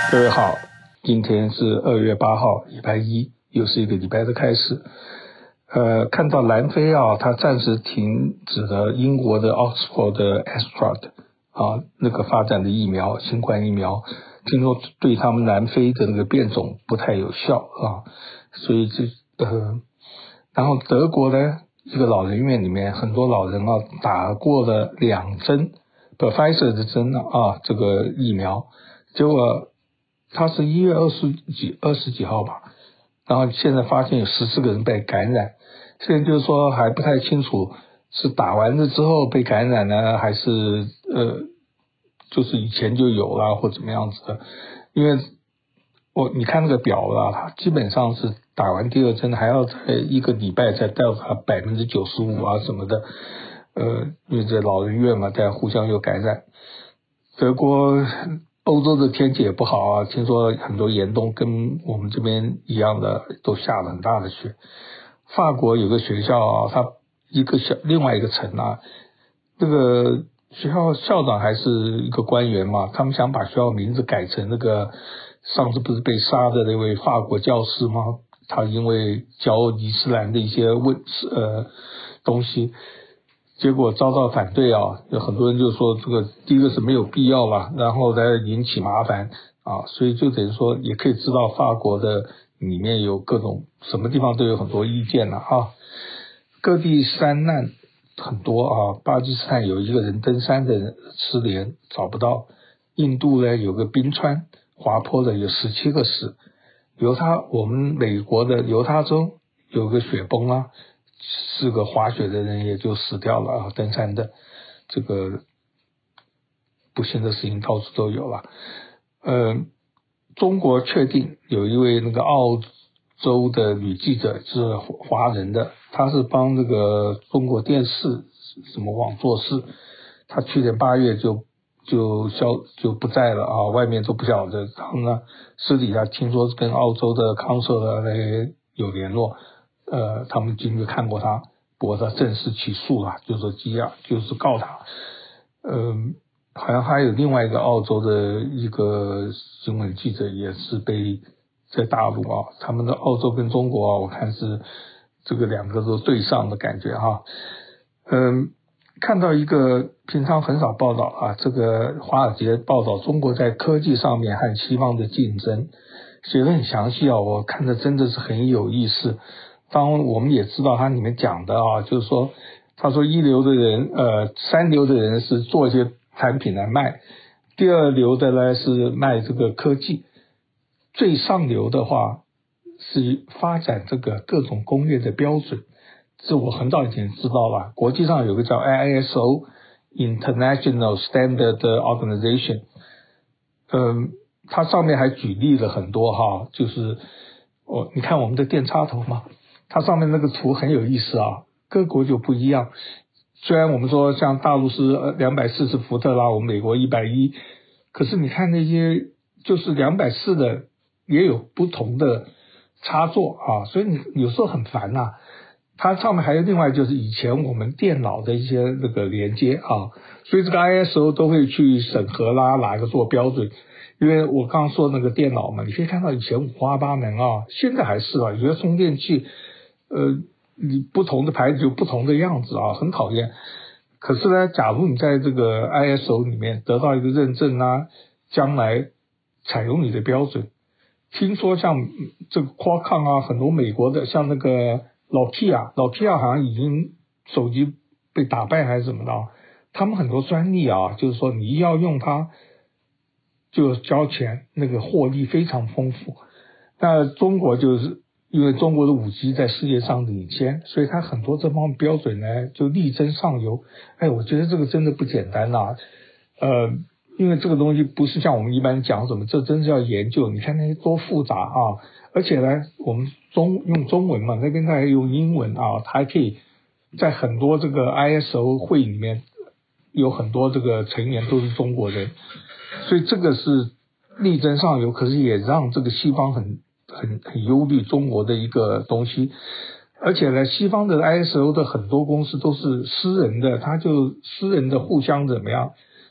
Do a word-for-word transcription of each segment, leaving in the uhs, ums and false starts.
各位好，今天是二月八号，礼拜一，又是一个礼拜的开始。呃，看到南非啊，它暂时停止了英国的 Oxford 的 Astra 啊那个发展的疫苗，新冠疫苗，听说对他们南非的那个变种不太有效啊，所以这呃，然后德国呢，一个老人院里面很多老人啊打过了两针 Pfizer 的针啊，这个疫苗，结果他是一月二十几二十几号吧，然后现在发现有十四个人被感染，现在就是说还不太清楚是打完了之后被感染呢，还是呃就是以前就有了或怎么样子的，因为我你看那个表啦，它基本上是打完第二针还要在一个礼拜才到达百分之九十五啊什么的，呃，因为这老人院嘛，大家互相有感染。德国欧洲的天气也不好啊，听说很多严冬跟我们这边一样的，都下了很大的雪。法国有个学校啊，它一个小另外一个城啊，这个学校校长还是一个官员嘛，他们想把学校名字改成那个上次不是被杀的那位法国教师吗？他因为教伊斯兰的一些问呃东西，结果遭到反对啊，有很多人就说这个第一个是没有必要啦，然后再引起麻烦啊，所以就等于说也可以知道法国的里面有各种什么地方都有很多意见了啊，各地山难很多啊，巴基斯坦有一个人登山的人失联找不到，印度呢有个冰川滑坡的有十七个死，犹他我们美国的犹他州有个雪崩啊，四个滑雪的人也就死掉了啊，登山的这个不幸的事情到处都有了。呃，中国确定有一位那个澳洲的女记者是华人的，她是帮这个中国电视什么网做事，她去年八月就就消就不在了啊，外面都不晓得。然后呢，私底下听说跟澳洲的 consul 呢有联络，呃，他们进去看过他，不过他正式起诉了，就是说羁押，就是告他。嗯、呃，好像还有另外一个澳洲的一个新闻记者也是被在大陆啊，他们的澳洲跟中国啊，我看是这个两个都对上的感觉哈。嗯，看到一个平常很少报道啊，这个华尔街报道中国在科技上面和西方的竞争，写得很详细啊，我看的真的是很有意思。当我们也知道它里面讲的啊，就是说他说一流的人呃三流的人是做一些产品来卖，第二流的呢是卖这个科技，最上流的话是发展这个各种工业的标准，这我很早以前知道了，国际上有个叫 I S O International Standard Organization， 嗯，它上面还举例了很多哈，就是哦，你看我们的电插头嘛，它上面那个图很有意思啊，各国就不一样。虽然我们说像大陆是两百四十伏特拉，我们美国一百一，可是你看那些就是两百四的也有不同的插座啊，所以你有时候很烦呐、啊。它上面还有另外就是以前我们电脑的一些那个连接啊，所以这个 I S O 都会去审核啦，哪一个做标准。因为我刚刚说那个电脑嘛，你可以看到以前五花八门啊，现在还是啊，有些充电器呃你不同的牌子有不同的样子啊，很讨厌。可是呢，假如你在这个 I S O 里面得到一个认证啊，将来采用你的标准，听说像这个 Qualcomm 啊，很多美国的像那个老 Kia， 老 Kia 好像已经手机被打败还是怎么的，他们很多专利啊，就是说你要用它就交钱，那个获利非常丰富。那中国就是因为中国的五 G 在世界上领先，所以它很多这方面标准呢就力争上游。哎，我觉得这个真的不简单呐、啊。呃，因为这个东西不是像我们一般讲什么，这真是要研究。你看那些多复杂啊！而且呢，我们中用中文嘛，那边他还用英文啊，它还可以在很多这个 I S O 会里面有很多这个成员都是中国人，所以这个是力争上游，可是也让这个西方很很很忧虑中国的一个东西。而且呢，西方的 I S O 的很多公司都是私人的，他就私人的互相怎么样，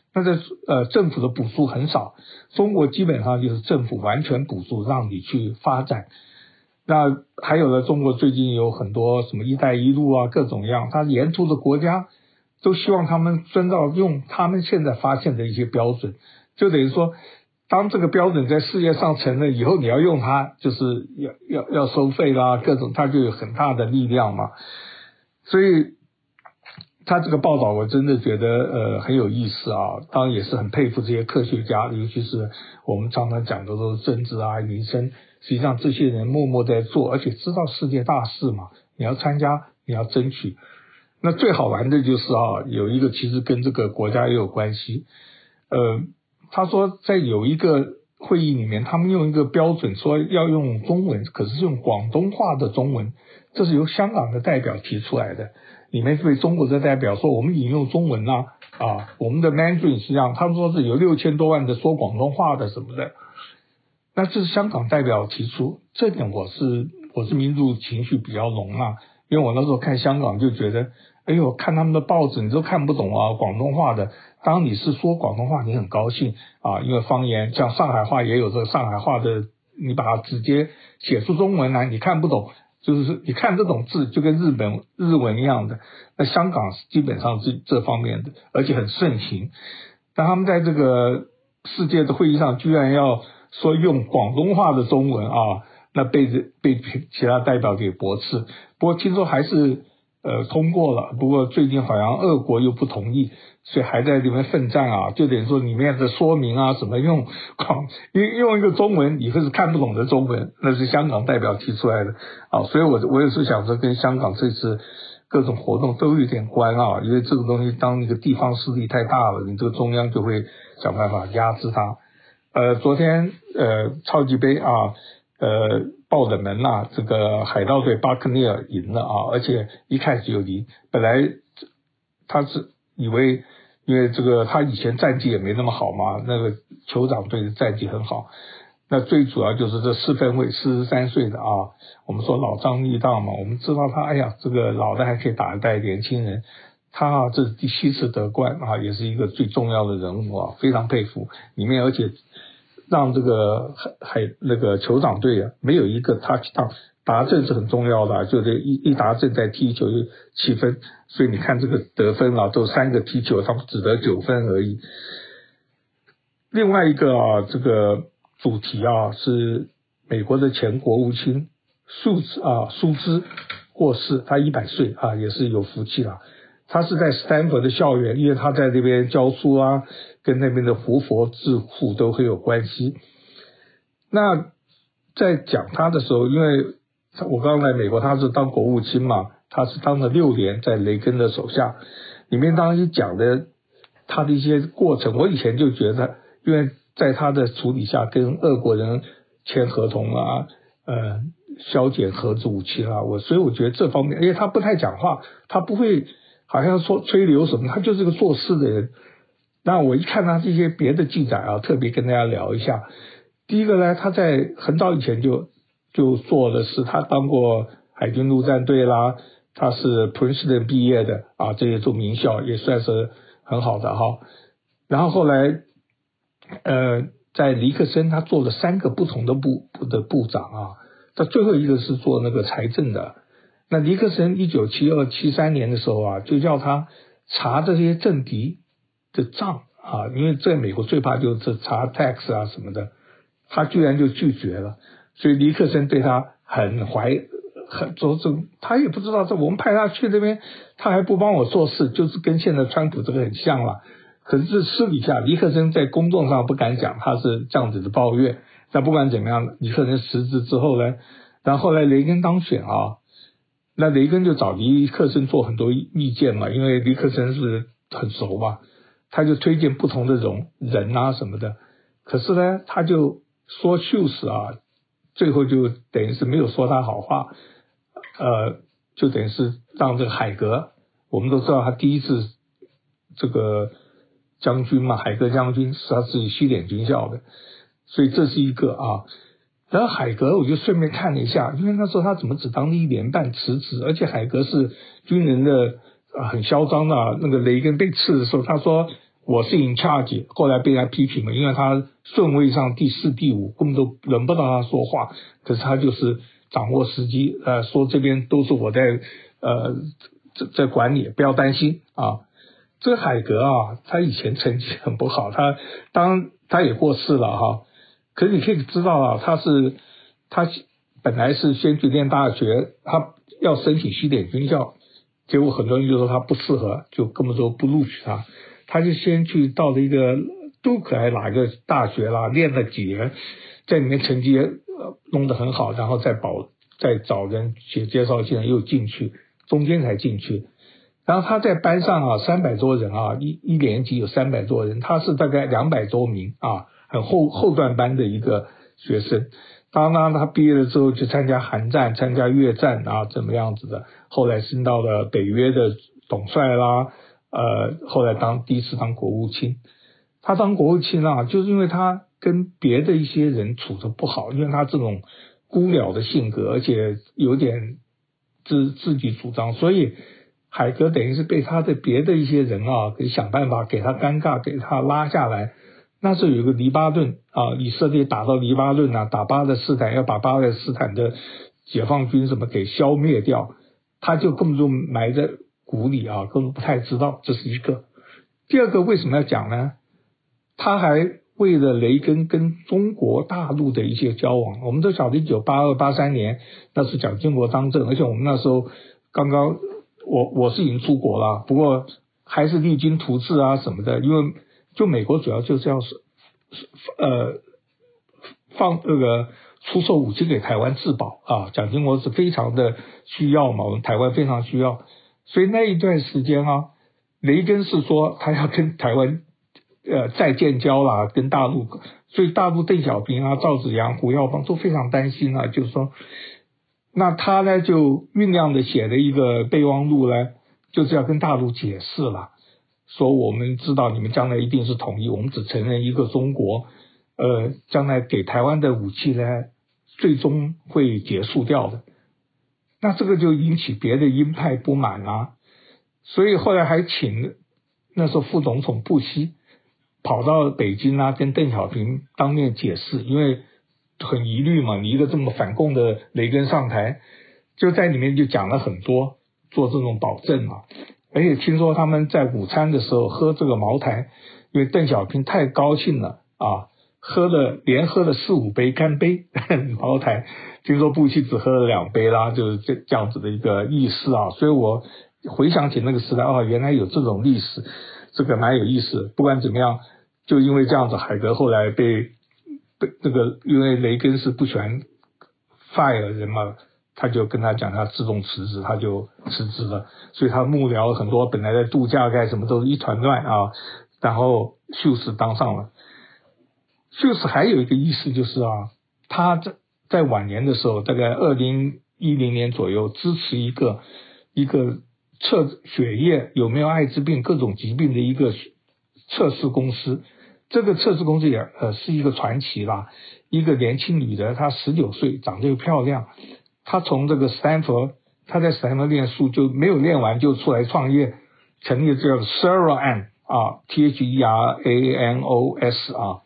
那这呃政府的补助很少，中国基本上就是政府完全补助让你去发展。那还有呢，中国最近有很多什么一带一路啊，各种样，它沿途的国家都希望他们遵照用他们现在发现的一些标准，就等于说当这个标准在世界上成了以后，你要用它就是要要要收费啦，各种它就有很大的力量嘛。所以他这个报道我真的觉得呃很有意思啊，当然也是很佩服这些科学家，尤其是我们常常讲的都是政治啊民生，实际上这些人默默在做，而且知道世界大事嘛，你要参加你要争取。那最好玩的就是啊，有一个其实跟这个国家也有关系，呃他说在有一个会议里面，他们用一个标准说要用中文，可是用广东话的中文，这是由香港的代表提出来的。里面对中国的代表说，我们引用中文啊，啊，我们的 Mandarin 实际上他们说是有六千多万的说广东话的什么的。那这是香港代表提出，这点我是我是民族情绪比较浓啊，因为我那时候看香港就觉得，哎呦，看他们的报纸你都看不懂啊，广东话的。当你是说广东话，你很高兴啊，因为方言像上海话也有这个上海话的，你把它直接写出中文来，你看不懂，就是你看这种字就跟日本日文一样的。那香港基本上是这方面的，而且很盛行。但他们在这个世界的会议上居然要说用广东话的中文啊，那被被其他代表给驳斥。不过听说还是呃通过了，不过最近好像俄国又不同意，所以还在里面奋战啊，就等于说里面的说明啊什么用广用用一个中文以后是看不懂的中文，那是香港代表提出来的啊，所以我我也是想说跟香港这次各种活动都有点关啊，因为这个东西当一个地方势力太大了，你这个中央就会想办法压制它。呃，昨天呃超级杯啊，呃爆冷门啦，这个海盗队巴克内尔赢了啊，而且一开始就赢，本来他是以为因为这个他以前战绩也没那么好嘛，那个酋长队的战绩很好，那最主要就是这四分卫四十三岁的啊，我们说老张力大嘛，我们知道他哎呀这个老的还可以打得带年轻人，他啊这是第七次得冠啊，也是一个最重要的人物啊，非常佩服，里面而且让这个海海那个酋长队啊没有一个 touchdown， 达阵是很重要的，就这一一达阵再踢球就七分，所以你看这个得分啊都三个踢球他们只得九分而已。另外一个啊这个主题啊是美国的前国务卿舒兹啊舒兹过世，他一百岁啊也是有福气了。他是在斯坦福的校园，因为他在那边教书啊，跟那边的胡佛智库都很有关系。那在讲他的时候，因为我刚来美国，他是当国务卿嘛，他是当了六年在雷根的手下，里面当时讲的他的一些过程，我以前就觉得，因为在他的处理下跟俄国人签合同啊，呃，削减核子武器啦，我所以我觉得这方面，因为他不太讲话，他不会好像说吹牛什么，他就是个做事的人。那我一看他这些别的记载啊，特别跟大家聊一下。第一个呢，他在很早以前就就做的是，他当过海军陆战队啦，他是 Princeton 毕业的啊，这些都名校，也算是很好的哈。然后后来呃，在尼克森他做了三个不同的部的部长啊，他最后一个是做那个财政的。那尼克森一九七二、七三年的时候啊，就叫他查这些政敌的账啊，因为在美国最怕就是查 tax 啊什么的，他居然就拒绝了，所以尼克森对他很怀很着重，他也不知道这我们派他去那边，他还不帮我做事，就是跟现在川普这个很像了。可是私底下尼克森在公众上不敢讲，他是这样子的抱怨。但不管怎么样，尼克森辞职之后呢，然后后来雷根当选啊。那雷根就找尼克森做很多意见嘛，因为尼克森是很熟嘛，他就推荐不同的人人啊什么的。可是呢，他就说休斯啊，最后就等于是没有说他好话，呃，就等于是让这个海格，我们都知道他第一次这个将军嘛，海格将军是他自己西点军校的，所以这是一个啊。然后海格我就顺便看了一下，因为那时候他怎么只当了一年半辞职，而且海格是军人的、啊、很嚣张的、啊，那个雷根被刺的时候他说我是 in charge， 后来被他批评了，因为他顺位上第四、第五，根本都轮不到他说话，可是他就是掌握时机，呃，说这边都是我在呃在在管理，不要担心啊。这个海格啊，他以前成绩很不好，他当他也过世了哈，可是你可以知道啊，他是他本来是先去念大学，他要申请西点军校，结果很多人就说他不适合，就根本就不录取他。他就先去到了一个杜克还哪个大学啦，练了几年，在里面成绩呃弄得很好，然后再保再找人写介绍信又进去，中间才进去。然后他在班上啊，三百多人啊，一一年级有三百多人，他是大概两百多名啊，很后后段班的一个学生。当然他毕业了之后去参加韩战、参加越战啊，怎么样子的？后来升到了北约的统帅啦。呃，后来当第一次当国务卿，他当国务卿啊，就是因为他跟别的一些人处得不好，因为他这种孤僚的性格，而且有点自自己主张，所以海格等于是被他的别的一些人啊，给想办法给他尴尬，给他拉下来。那时候有个黎巴嫩啊，以色列打到黎巴嫩啊，打巴勒斯坦，要把巴勒斯坦的解放军什么给消灭掉，他就根本就埋在鼓里啊，根本不太知道，这是一个。第二个为什么要讲呢？他还为了雷根跟中国大陆的一些交往，我们都晓得一九八二、八三年那是蒋经国当政，而且我们那时候刚刚我我是已经出国了，不过还是励精图治啊什么的，因为就美国主要就是要呃放那个出售武器给台湾自保啊，蒋经国是非常的需要嘛，我们台湾非常需要。所以那一段时间啊，雷根是说他要跟台湾呃再建交啦，跟大陆，所以大陆邓小平啊、赵紫阳、胡耀邦都非常担心啊，就是说，那他呢就酝酿的写了一个备忘录呢，就是要跟大陆解释了，说我们知道你们将来一定是统一，我们只承认一个中国，呃，将来给台湾的武器呢，最终会结束掉的。那这个就引起别的鹰派不满啊，所以后来还请那时候副总统布希跑到北京啊，跟邓小平当面解释，因为很疑虑嘛，你一个这么反共的雷根上台，就在里面就讲了很多，做这种保证嘛。而且听说他们在午餐的时候喝这个茅台，因为邓小平太高兴了啊，喝了连喝了四五杯干杯茅台，听说布希只喝了两杯啦，就是这这样子的一个意思啊。所以我回想起那个时代，哦，原来有这种历史，这个蛮有意思。不管怎么样，就因为这样子，海格后来被被这个，因为雷根是不喜欢 fire 人嘛，他就跟他讲他自动辞职，他就辞职了。所以他幕僚很多本来在度假干什么都是一团乱啊，然后秀斯当上了。秀斯还有一个意思就是啊，他在在晚年的时候，大概二零一零年左右，支持一个一个测血液有没有艾滋病各种疾病的一个测试公司。这个测试公司也呃是一个传奇啦，一个年轻女的，她十九岁，长得又漂亮，她从这个斯坦福，她在斯坦福念书就没有念完就出来创业，成立这个 Theranos 啊 ，T H E R A N O S 啊。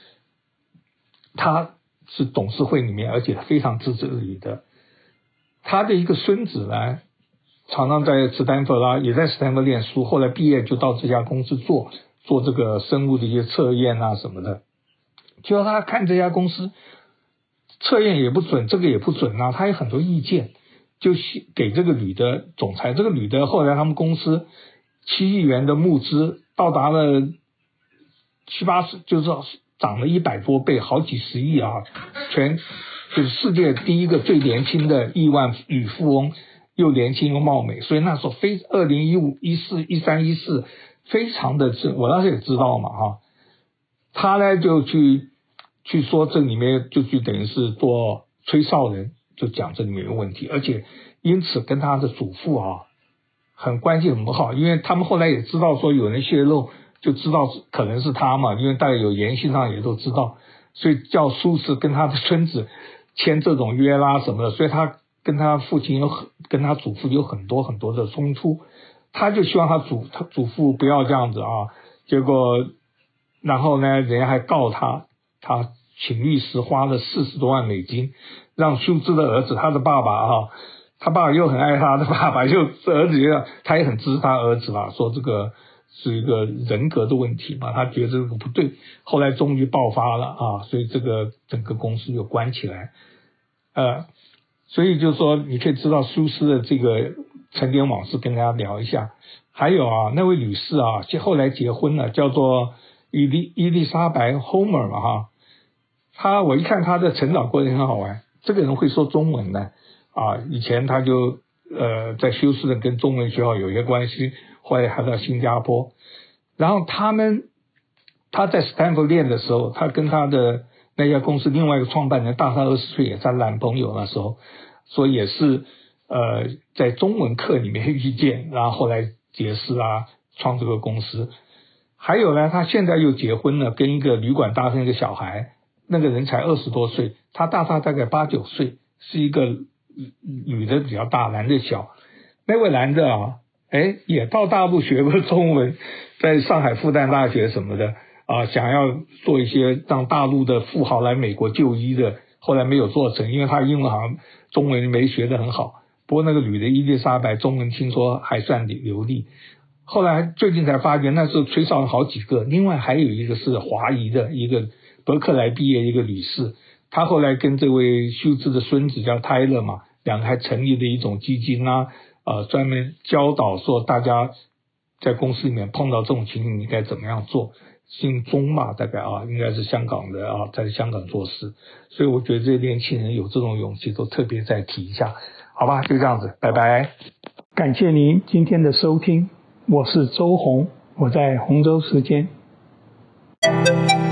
他是董事会里面，而且非常自制力的。他的一个孙子呢，常常在斯坦福啦，也在斯坦福念书，后来毕业就到这家公司做做这个生物的一些测验啊什么的。就要他看这家公司测验也不准，这个也不准啊，他有很多意见，就给这个女的总裁。这个女的后来他们公司七亿元的募资到达了七八十，就是涨了一百多倍，好几十亿啊！全就是世界第一个最年轻的亿万女富翁，又年轻又貌美，所以那时候非二零一五、一四、一三、一四非常的，我当时也知道嘛哈。他呢就去去说这里面就去等于是做吹哨人，就讲这里面有问题，而且因此跟他的祖父啊很关系很不好，因为他们后来也知道说有人泄露。就知道可能是他嘛，因为大概有言信上也都知道，所以叫苏轼跟他的孙子签这种约啦什么的，所以他跟他父亲有很跟他祖父有很多很多的冲突，他就希望他祖他祖父不要这样子啊， 结果然后呢人家还告他，他请律师花了四十多万美金，让休兹的儿子，他的爸爸啊，他爸爸又很爱他的爸爸，又儿子又他也很支持他儿子嘛，说这个是一个人格的问题嘛，他觉得这个不对，后来终于爆发了啊，所以这个整个公司就关起来，呃，所以就是说你可以知道休斯的这个陈年往事，跟大家聊一下。还有啊，那位女士啊，后来结婚了，叫做伊丽伊丽莎白 Homer 嘛哈。他我一看他的成长过程很好玩，这个人会说中文的啊，以前他就呃在休斯顿跟中文学校有一些关系，后来还到新加坡，然后他们他在斯坦福练的时候，他跟他的那家公司另外一个创办人大他二十岁，也是他男朋友，那时候所以也是呃在中文课里面遇见，然后后来结识啊，创这个公司。还有呢，他现在又结婚了，跟一个旅馆大生一个小孩。那个人才二十多岁，他大他大概八九岁，是一个女的比较大，男的小。那位男的啊，哎，也到大陆学过中文，在上海复旦大学什么的啊，想要做一些让大陆的富豪来美国就医的，后来没有做成，因为他英文好像中文没学得很好。不过那个女的伊丽莎白中文听说还算流利。后来最近才发觉，那时候吹哨了好几个，另外还有一个是华裔的一个。伯克莱毕业一个女士，她后来跟这位休兹的孙子叫泰勒嘛，两个还成立了一种基金啊，呃，专门教导说大家在公司里面碰到这种情形你该怎么样做。姓钟嘛，大概啊，应该是香港的啊，在香港做事，所以我觉得这些年轻人有这种勇气，都特别再提一下，好吧，就这样子，拜拜。感谢您今天的收听，我是周鸿，我在洪州时间。